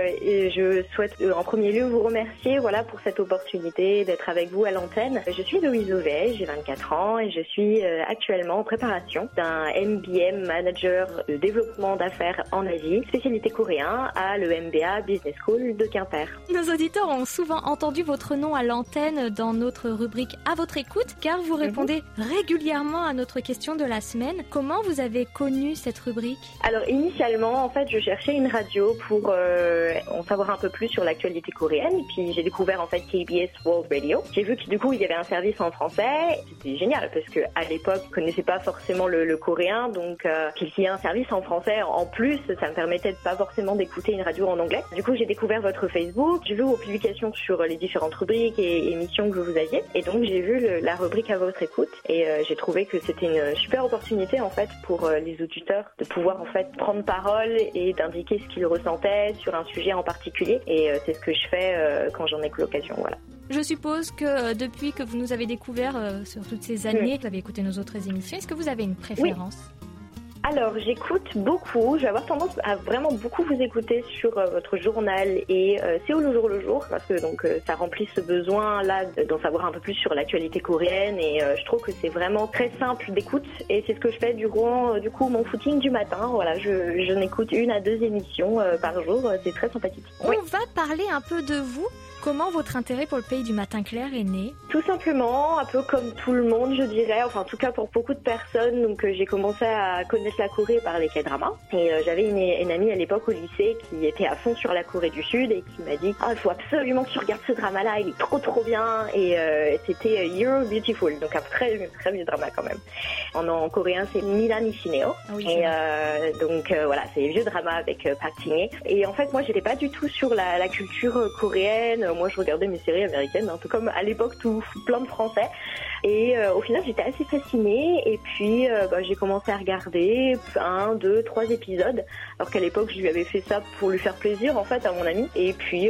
je souhaite en premier lieu vous remercier pour cette opportunité d'être avec vous à l'antenne. Je suis Héloïse Houvet, j'ai 24 ans et je suis actuellement en préparation d'un MBM Manager de développement d'affaires en Asie, spécialité coréen à l'EMBA Business School de Quimper. Nos auditeurs ont souvent entendu votre nom à l'antenne dans notre rubrique À votre écoute, car vous répondez régulièrement à notre question de la semaine. Comment vous avez connu cette rubrique ? Alors initialement, en fait, je cherchais une radio pour en savoir un peu plus sur l'actualité coréenne. Et puis j'ai découvert en fait KBS World Radio. J'ai vu que du coup il y avait un service en français. C'était génial parce que à l'époque je connaissais pas forcément le coréen, donc qu'il y ait un service en français en plus, ça me permettait de pas forcément d'écouter une radio en anglais. Du coup j'ai découvert votre Facebook, j'ai vu vos publications sur les différentes rubriques et émissions que vous aviez, et donc j'ai vu la rubrique À votre écoute et j'ai trouvé que c'était une super opportunité en fait pour les auditeurs de pouvoir en fait prendre parole et d'indiquer ce qu'ils ressentaient sur un sujet en particulier, et c'est ce que je fais quand j'en ai l'occasion. Voilà. Je suppose que depuis que vous nous avez découvert sur toutes ces années, vous avez écouté nos autres émissions, est-ce que vous avez une préférence ? Alors, j'écoute beaucoup. Je vais avoir tendance à vraiment beaucoup vous écouter sur votre journal et Séoul au jour le jour, parce que donc ça remplit ce besoin-là d'en savoir un peu plus sur l'actualité coréenne, et je trouve que c'est vraiment très simple d'écoute, et c'est ce que je fais durant du coup mon footing du matin. Voilà, je n'écoute 1 à 2 émissions par jour. C'est très sympathique. On va parler un peu de vous. Comment votre intérêt pour le pays du matin clair est né ? Tout simplement, un peu comme tout le monde, je dirais, enfin en tout cas pour beaucoup de personnes. Donc j'ai commencé à connaître la Corée par les K-dramas, et j'avais une amie à l'époque au lycée qui était à fond sur la Corée du Sud et qui m'a dit « Ah, il faut absolument que tu regardes ce drama-là, il est trop bien !» Et c'était You're Beautiful, donc un très vieux drama quand même. En coréen, c'est Nira Nishineo. Oui, et donc voilà, c'est vieux drama avec Park Jin-hye. Et en fait, moi, j'étais pas du tout sur la culture coréenne. Moi, je regardais mes séries américaines, un peu comme à l'époque plein de Français. Et au final, j'étais assez fascinée. Et puis, j'ai commencé à regarder 1, 2, 3 épisodes. Alors qu'à l'époque, je lui avais fait ça pour lui faire plaisir, en fait, à mon ami. Et puis,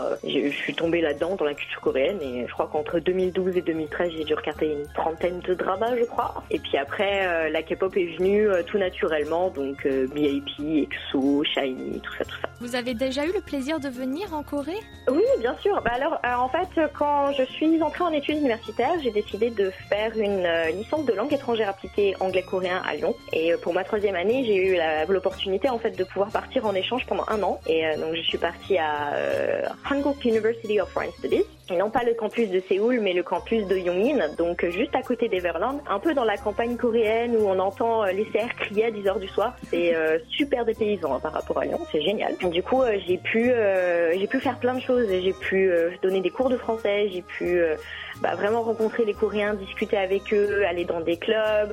je suis tombée là-dedans, dans la culture coréenne. Et je crois qu'entre 2012 et 2013, j'ai dû regarder une 30aine de dramas, je crois. Et puis après, la K-pop est venue tout naturellement. Donc, BIP, EXO, SHINee, tout ça. Vous avez déjà eu le plaisir de venir en Corée ? Oui, bien sûr. Alors, en fait, quand je suis entrée en études universitaires, j'ai décidé de faire une licence de langue étrangère appliquée anglais-coréen à Lyon. Et pour ma 3e année, j'ai eu l'opportunité en fait de pouvoir partir en échange pendant 1 an. Et donc, je suis partie à Hankuk University of Foreign Studies. Et non pas le campus de Séoul, mais le campus de Yongin, donc juste à côté d'Everland, un peu dans la campagne coréenne où on entend les CR crier à 10h du soir. C'est super dépaysant par rapport à Lyon, c'est génial. Et du coup, j'ai pu faire plein de choses. J'ai pu donner des cours de français, j'ai pu vraiment rencontrer les Coréens, discuter avec eux, aller dans des clubs,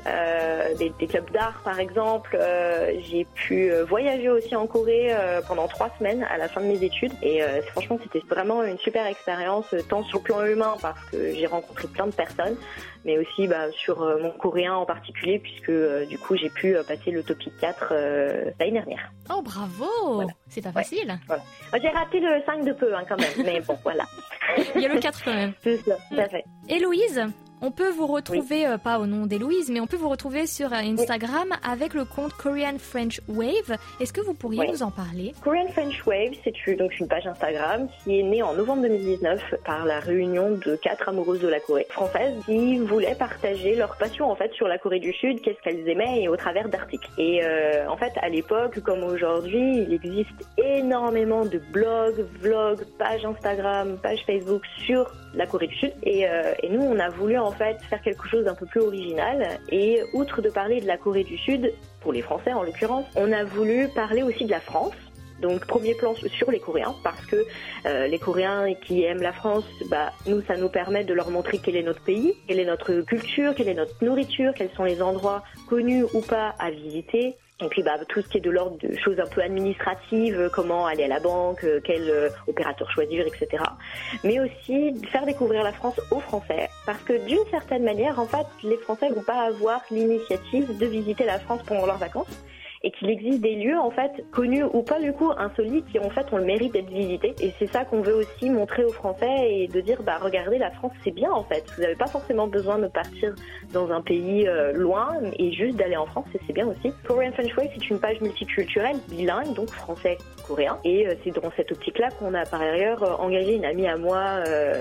des clubs d'art par exemple. J'ai pu voyager aussi en Corée pendant 3 semaines à la fin de mes études, et franchement c'était vraiment une super expérience, tant sur le plan humain parce que j'ai rencontré plein de personnes, mais aussi sur mon coréen en particulier, puisque du coup j'ai pu passer le topic 4 l'année dernière. Oh bravo, voilà. C'est pas facile. Voilà. J'ai raté le 5 de peu quand même, mais bon voilà. Il y a le 4 quand même. C'est ça, tout à fait. Héloïse, On peut vous retrouver, pas au nom d'Héloïse, mais on peut vous retrouver sur Instagram avec le compte Korean French Wave. Est-ce que vous pourriez nous en parler? Korean French Wave, c'est donc une page Instagram qui est née en novembre 2019 par la réunion de 4 amoureuses de la Corée française qui voulaient partager leur passion en fait sur la Corée du Sud, qu'est-ce qu'elles aimaient et au travers d'articles. Et en fait, à l'époque comme aujourd'hui, il existe énormément de blogs, vlogs, pages Instagram, pages Facebook sur la Corée du Sud. Et nous, on a voulu en fait faire quelque chose d'un peu plus original. Et outre de parler de la Corée du Sud, pour les Français en l'occurrence, on a voulu parler aussi de la France. Donc premier plan sur les Coréens, parce que les Coréens qui aiment la France, nous, ça nous permet de leur montrer quel est notre pays, quelle est notre culture, quelle est notre nourriture, quels sont les endroits connus ou pas à visiter. Et puis tout ce qui est de l'ordre de choses un peu administratives, comment aller à la banque, quel opérateur choisir, etc. Mais aussi faire découvrir la France aux Français, parce que d'une certaine manière, en fait, les Français vont pas avoir l'initiative de visiter la France pendant leurs vacances. Et qu'il existe des lieux, en fait, connus ou pas, du coup, insolites, qui, en fait, ont le mérite d'être visités. Et c'est ça qu'on veut aussi montrer aux Français et de dire, regardez, la France, c'est bien, en fait. Vous n'avez pas forcément besoin de partir dans un pays loin et juste d'aller en France, et c'est bien aussi. Korean French Wave, c'est une page multiculturelle, bilingue, donc français-coréen. Et c'est dans cette optique-là qu'on a, par ailleurs, engagé une amie à moi,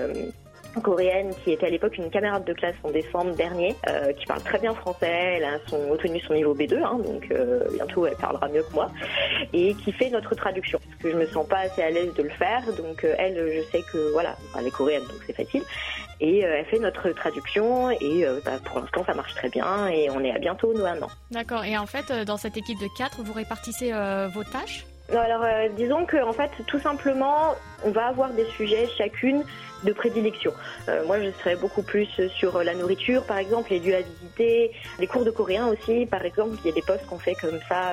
coréenne qui était à l'époque une camarade de classe en décembre dernier, qui parle très bien français, elle a obtenu son niveau B2, donc bientôt elle parlera mieux que moi, et qui fait notre traduction, parce que je me sens pas assez à l'aise de le faire, donc elle, je sais que elle est coréenne, donc c'est facile, et elle fait notre traduction, et pour l'instant ça marche très bien, et on est à bientôt nos 1 an. D'accord, et en fait dans cette équipe de 4, vous répartissez vos tâches? Non, alors disons que en fait tout simplement on va avoir des sujets chacune de prédilection. Moi je serai beaucoup plus sur la nourriture par exemple, les lieux à visiter, les cours de coréen aussi par exemple, il y a des posts qu'on fait comme ça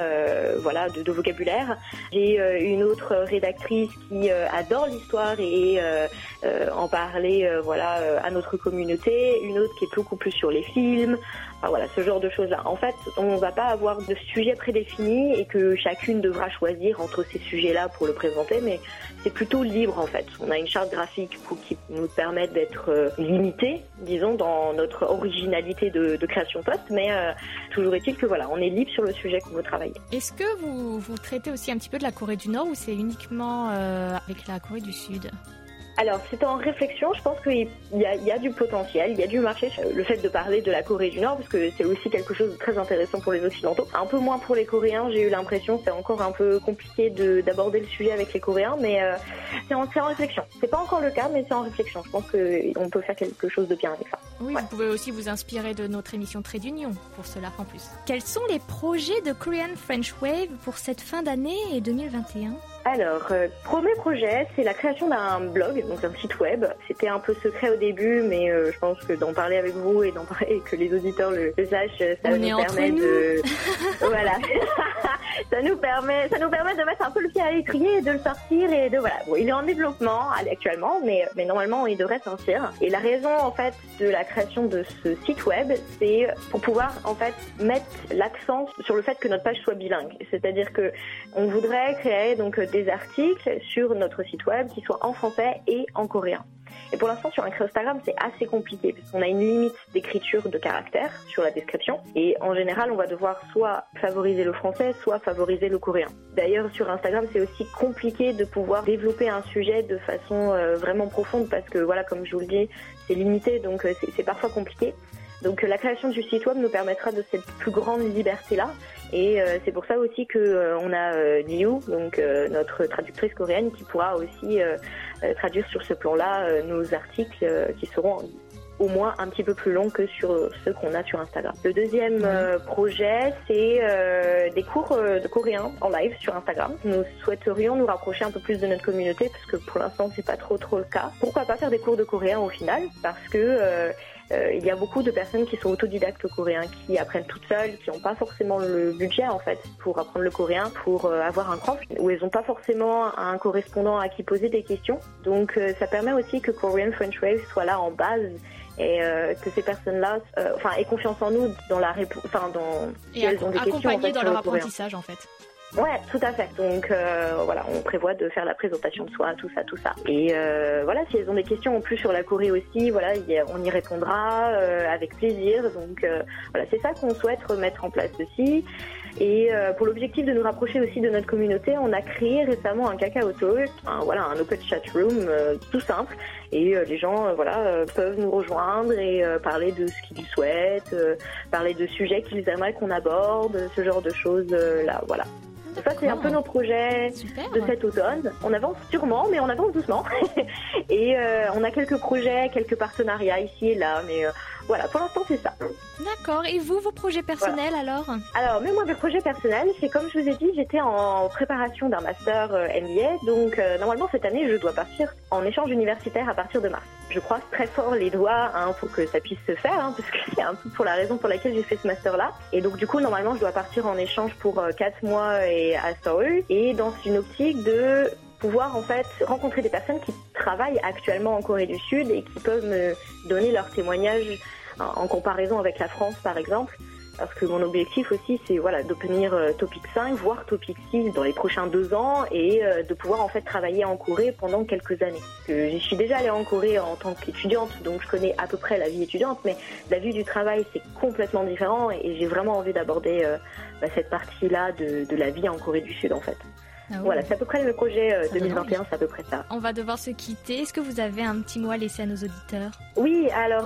de vocabulaire. J'ai une autre rédactrice qui adore l'histoire et en parler à notre communauté, une autre qui est beaucoup plus sur les films. Ce genre de choses-là. En fait, on ne va pas avoir de sujet prédéfini et que chacune devra choisir entre ces sujets-là pour le présenter, mais c'est plutôt libre en fait. On a une charte graphique qui nous permet d'être limité, disons, dans notre originalité de création post, mais toujours est-il que on est libre sur le sujet qu'on veut travailler. Est-ce que vous traitez aussi un petit peu de la Corée du Nord ou c'est uniquement avec la Corée du Sud ? Alors, c'est en réflexion, je pense qu'il y a du potentiel, il y a du marché. Le fait de parler de la Corée du Nord, parce que c'est aussi quelque chose de très intéressant pour les Occidentaux. Un peu moins pour les Coréens, j'ai eu l'impression, c'est encore un peu compliqué d'aborder le sujet avec les Coréens, mais c'est en réflexion. C'est pas encore le cas, mais c'est en réflexion. Je pense qu'on peut faire quelque chose de bien avec ça. Oui, Vous pouvez aussi vous inspirer de notre émission Trade Union pour cela en plus. Quels sont les projets de Korean French Wave pour cette fin d'année et 2021 ? Alors, premier projet, c'est la création d'un blog, donc un site web. C'était un peu secret au début, mais je pense que d'en parler avec vous et que les auditeurs le sachent, ça nous permet de... Voilà. ça nous permet de mettre un peu le pied à l'étrier et de le sortir et de Bon, il est en développement actuellement, mais normalement il devrait sortir. Et la raison en fait de la création de ce site web, c'est pour pouvoir en fait mettre l'accent sur le fait que notre page soit bilingue. C'est-à-dire que on voudrait créer donc des articles sur notre site web qui soient en français et en coréen. Et pour l'instant, sur un créneau Instagram, c'est assez compliqué parce qu'on a une limite d'écriture de caractères sur la description. Et en général, on va devoir soit favoriser le français, soit favoriser le coréen. D'ailleurs, sur Instagram, c'est aussi compliqué de pouvoir développer un sujet de façon vraiment profonde parce que, comme je vous le dis, c'est limité, donc c'est parfois compliqué. Donc la création du site web nous permettra de cette plus grande liberté-là. Et c'est pour ça aussi que on a Liu, donc notre traductrice coréenne, qui pourra aussi traduire sur ce plan-là nos articles qui seront au moins un petit peu plus longs que sur ceux qu'on a sur Instagram. Le deuxième projet, c'est des cours de coréen en live sur Instagram. Nous souhaiterions nous rapprocher un peu plus de notre communauté parce que pour l'instant, c'est pas trop le cas. Pourquoi pas faire des cours de coréen au final ? Parce que il y a beaucoup de personnes qui sont autodidactes coréens, qui apprennent toutes seules, qui n'ont pas forcément le budget en fait pour apprendre le coréen, pour avoir un prof, où elles n'ont pas forcément un correspondant à qui poser des questions. Donc ça permet aussi que Korean French Wave soit là en base et que ces personnes-là aient confiance en nous dans la réponse, si elles ont des questions en fait, dans leur apprentissage en fait. Ouais, tout à fait. Donc voilà, on prévoit de faire la présentation de soi, tout ça. Et voilà, si elles ont des questions en plus sur la Corée aussi, voilà, on y répondra avec plaisir. Donc voilà, c'est ça qu'on souhaite remettre en place aussi. Et pour l'objectif de nous rapprocher aussi de notre communauté, on a créé récemment un Kakao Talk, un open chat room tout simple. Et les gens peuvent nous rejoindre et parler de ce qu'ils souhaitent, parler de sujets qu'ils aimeraient qu'on aborde, ce genre de choses là, voilà. Ça, c'est un peu nos projets de cet automne. On avance sûrement, mais on avance doucement. Et on a quelques projets, quelques partenariats ici et là, mais voilà, pour l'instant, c'est ça. D'accord. Et vous, vos projets personnels alors ? Alors, mais moi, mes projets personnels, c'est comme je vous ai dit, j'étais en préparation d'un master MBA. Donc, normalement, cette année, je dois partir en échange universitaire à partir de mars. Je croise très fort les doigts pour que ça puisse se faire, parce que c'est un peu pour la raison pour laquelle j'ai fait ce master-là. Et donc, du coup, normalement, je dois partir en échange pour 4 mois et à Seoul. Et dans une optique de pouvoir en fait rencontrer des personnes qui travaillent actuellement en Corée du Sud et qui peuvent me donner leurs témoignages en comparaison avec la France par exemple, parce que mon objectif aussi c'est d'obtenir Topic 5 voire Topic 6 dans les prochains 2 ans et de pouvoir en fait travailler en Corée pendant quelques années. Je suis déjà allée en Corée en tant qu'étudiante, donc je connais à peu près la vie étudiante, mais la vie du travail c'est complètement différent et j'ai vraiment envie d'aborder cette partie-là de la vie en Corée du Sud en fait. Ah oui. Voilà, c'est à peu près le projet 2021, c'est à peu près ça. On va devoir se quitter. Est-ce que vous avez un petit mot à laisser à nos auditeurs ? Oui, alors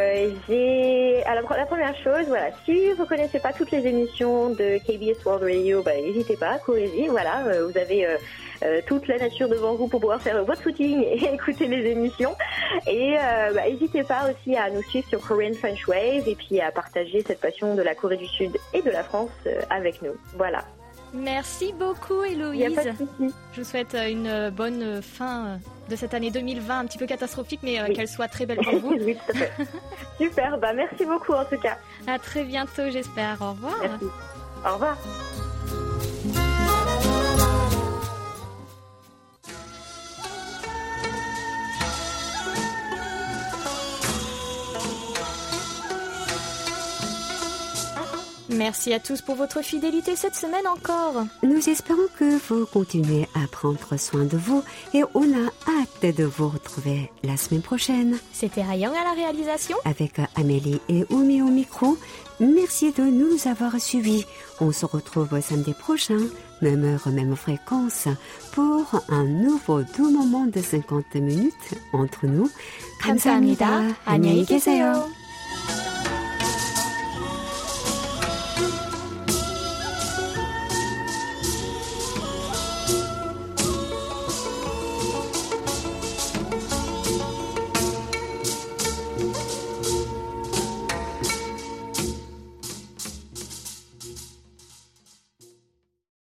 la première chose, si vous connaissez pas toutes les émissions de KBS World Radio, n'hésitez pas, courez-y, vous avez toute la nature devant vous pour pouvoir faire votre footing et écouter les émissions. Et n'hésitez pas aussi à nous suivre sur Korean French Wave et puis à partager cette passion de la Corée du Sud et de la France avec nous. Voilà. Merci beaucoup Héloïse. Il n'y a pas de souci. Je vous souhaite une bonne fin de cette année 2020, un petit peu catastrophique, mais qu'elle soit très belle pour vous. Oui, tout à fait. Super, merci beaucoup en tout cas. À très bientôt, j'espère. Au revoir. Merci. Au revoir. Merci à tous pour votre fidélité cette semaine encore. Nous espérons que vous continuez à prendre soin de vous et on a hâte de vous retrouver la semaine prochaine. C'était Rayang à la réalisation. Avec Amélie et Oumi au micro. Merci de nous avoir suivis. On se retrouve samedi prochain, même heure, même fréquence, pour un nouveau doux moment de 50 minutes entre nous. 감사합니다. 안녕히 계세요.